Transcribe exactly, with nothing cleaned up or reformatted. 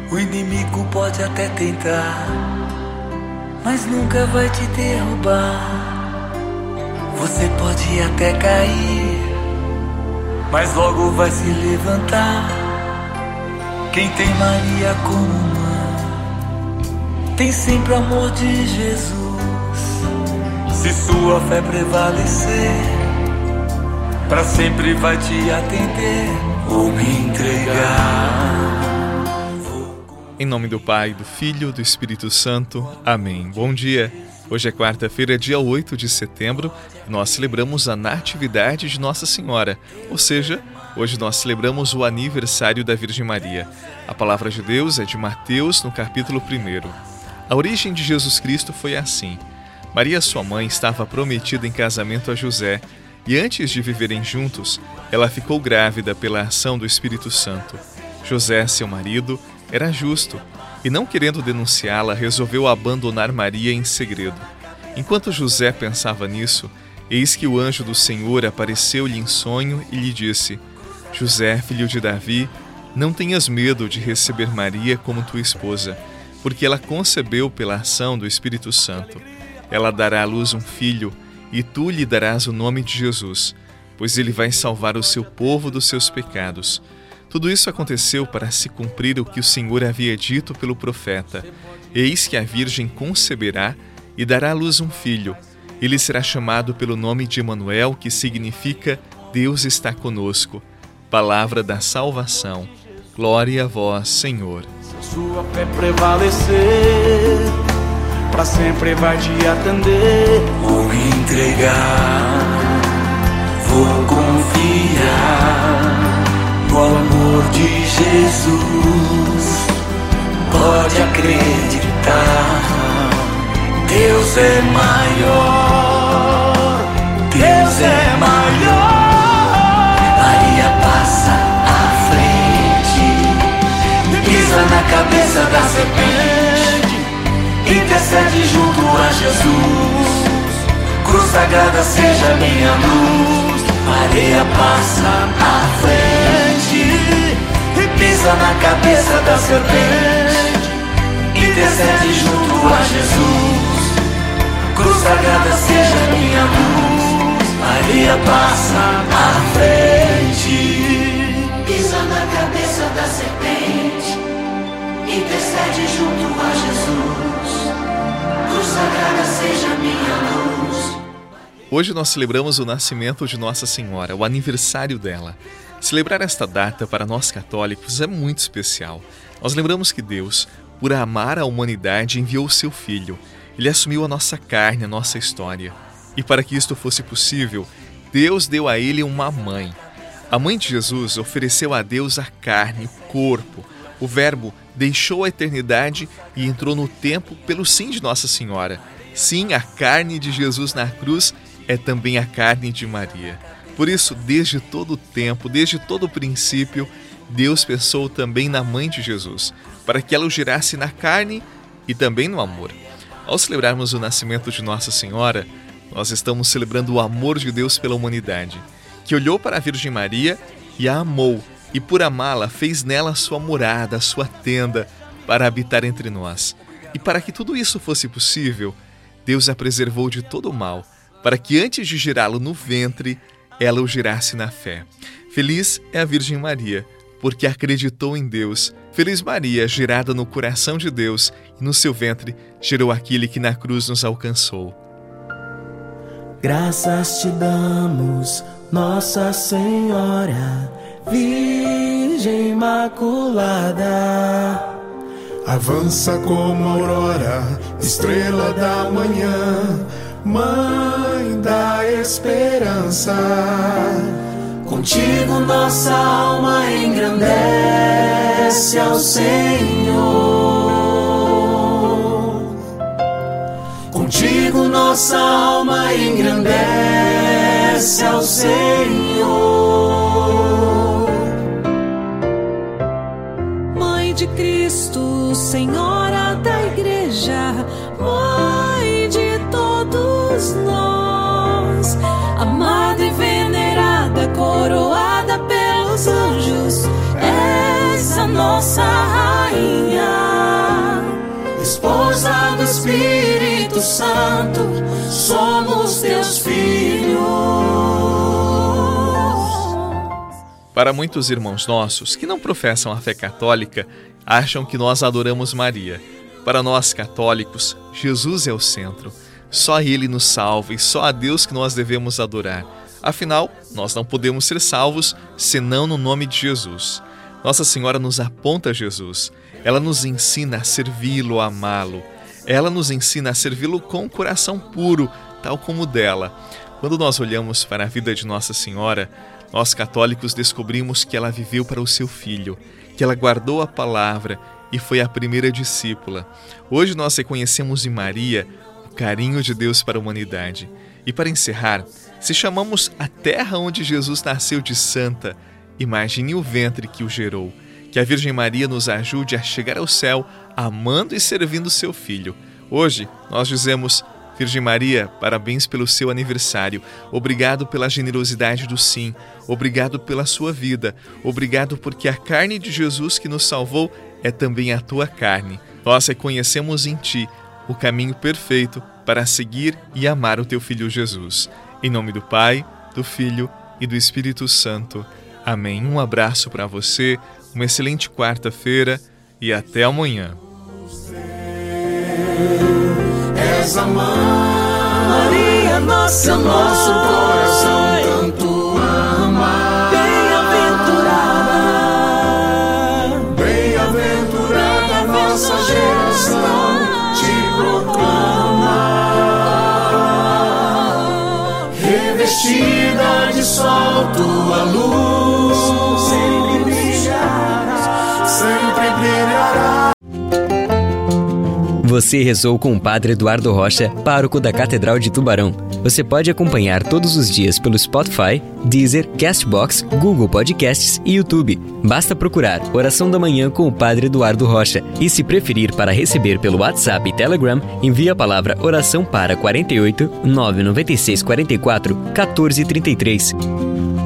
O inimigo pode até tentar, mas nunca vai te derrubar. Você pode até cair, mas logo vai se levantar. Quem tem Maria como mãe tem sempre o amor de Jesus. Se sua fé prevalecer, pra sempre vai te atender ou me entregar. Em nome do Pai, do Filho e do Espírito Santo. Amém. Bom dia. Hoje é quarta-feira, dia oito de setembro, e nós celebramos a Natividade de Nossa Senhora, ou seja, hoje nós celebramos o aniversário da Virgem Maria. A palavra de Deus é de Mateus, no capítulo primeiro. A origem de Jesus Cristo foi assim. Maria, sua mãe, estava prometida em casamento a José, e antes de viverem juntos, ela ficou grávida pela ação do Espírito Santo. José, seu marido, era justo, e não querendo denunciá-la, resolveu abandonar Maria em segredo. Enquanto José pensava nisso, eis que o anjo do Senhor apareceu-lhe em sonho e lhe disse: José, filho de Davi, não tenhas medo de receber Maria como tua esposa, porque ela concebeu pela ação do Espírito Santo. Ela dará à luz um filho, e tu lhe darás o nome de Jesus, pois ele vai salvar o seu povo dos seus pecados. Tudo isso aconteceu para se cumprir o que o Senhor havia dito pelo profeta: eis que a Virgem conceberá e dará à luz um filho. Ele será chamado pelo nome de Emanuel, que significa Deus está conosco. Palavra da salvação. Glória a vós, Senhor. Se sua fé prevalecer, pra sempre vai te atender ou me entregar. Vou confiar no amor de Jesus, pode acreditar. Deus é maior, Deus é maior. Maria passa à frente, pisa na cabeça da serpente, intercede junto a Jesus. Cruz sagrada seja minha luz. Maria passa à frente e pisa na cabeça da serpente, intercede junto a Jesus. Cruz sagrada seja minha luz. Maria passa à frente, pisa na cabeça da serpente, intercede junto a Jesus. Cruz sagrada seja minha luz. Hoje nós celebramos o nascimento de Nossa Senhora, o aniversário dela. Celebrar esta data para nós católicos é muito especial. Nós lembramos que Deus, por amar a humanidade, enviou o seu Filho. Ele assumiu a nossa carne, a nossa história. E para que isto fosse possível, Deus deu a ele uma mãe. A mãe de Jesus ofereceu a Deus a carne, o corpo. O Verbo deixou a eternidade e entrou no tempo pelo sim de Nossa Senhora. Sim, a carne de Jesus na cruz é também a carne de Maria. Por isso, desde todo o tempo, desde todo o princípio, Deus pensou também na mãe de Jesus, para que ela o gerasse na carne e também no amor. Ao celebrarmos o nascimento de Nossa Senhora, nós estamos celebrando o amor de Deus pela humanidade, que olhou para a Virgem Maria e a amou, e por amá-la fez nela a sua morada, a sua tenda, para habitar entre nós. E para que tudo isso fosse possível, Deus a preservou de todo o mal, para que antes de gerá-lo no ventre, ela o gerasse na fé. Feliz é a Virgem Maria, porque acreditou em Deus. Feliz Maria, gerada no coração de Deus, e no seu ventre gerou aquele que na cruz nos alcançou. Graças te damos, Nossa Senhora, Virgem Imaculada. Avança como aurora, estrela da manhã, Mãe da esperança. Contigo nossa alma engrandece ao Senhor. Contigo nossa alma engrandece ao Senhor. Mãe de Cristo, Senhora da Igreja, Mãe de todos nós, amada e venerada, coroada pelos anjos, és a nossa rainha. Santo, somos teus filhos. Para muitos irmãos nossos que não professam a fé católica, acham que nós adoramos Maria. Para nós católicos, Jesus é o centro. Só Ele nos salva e só a Deus que nós devemos adorar. Afinal, nós não podemos ser salvos senão no nome de Jesus. Nossa Senhora nos aponta a Jesus. Ela nos ensina a servi-lo, a amá-lo. Ela nos ensina a servi-lo com um coração puro, tal como o dela. Quando nós olhamos para a vida de Nossa Senhora, nós católicos descobrimos que ela viveu para o seu filho, que ela guardou a palavra e foi a primeira discípula. Hoje nós reconhecemos em Maria o carinho de Deus para a humanidade. E para encerrar, se chamamos a terra onde Jesus nasceu de santa, imagine o ventre que o gerou. Que a Virgem Maria nos ajude a chegar ao céu, amando e servindo seu Filho. Hoje nós dizemos: Virgem Maria, parabéns pelo seu aniversário. Obrigado pela generosidade do sim. Obrigado pela sua vida. Obrigado porque a carne de Jesus que nos salvou é também a tua carne. Nós reconhecemos em ti o caminho perfeito para seguir e amar o teu Filho Jesus. Em nome do Pai, do Filho e do Espírito Santo. Amém. Um abraço para você, uma excelente quarta-feira e até amanhã. És a mãe, Maria, nossa mãe, nosso coração tanto ama. Bem-aventurada, bem-aventurada nossa geração te proclama. Revestida de sol tua luz, sempre brilhará, sempre brilhará. Você rezou com o Padre Eduardo Rocha, pároco da Catedral de Tubarão. Você pode acompanhar todos os dias pelo Spotify, Deezer, Castbox, Google Podcasts e YouTube. Basta procurar Oração da Manhã com o Padre Eduardo Rocha. E se preferir para receber pelo WhatsApp e Telegram, envie a palavra oração para quarenta e oito, nove nove seis, quarenta e quatro, quatorze, trinta e três.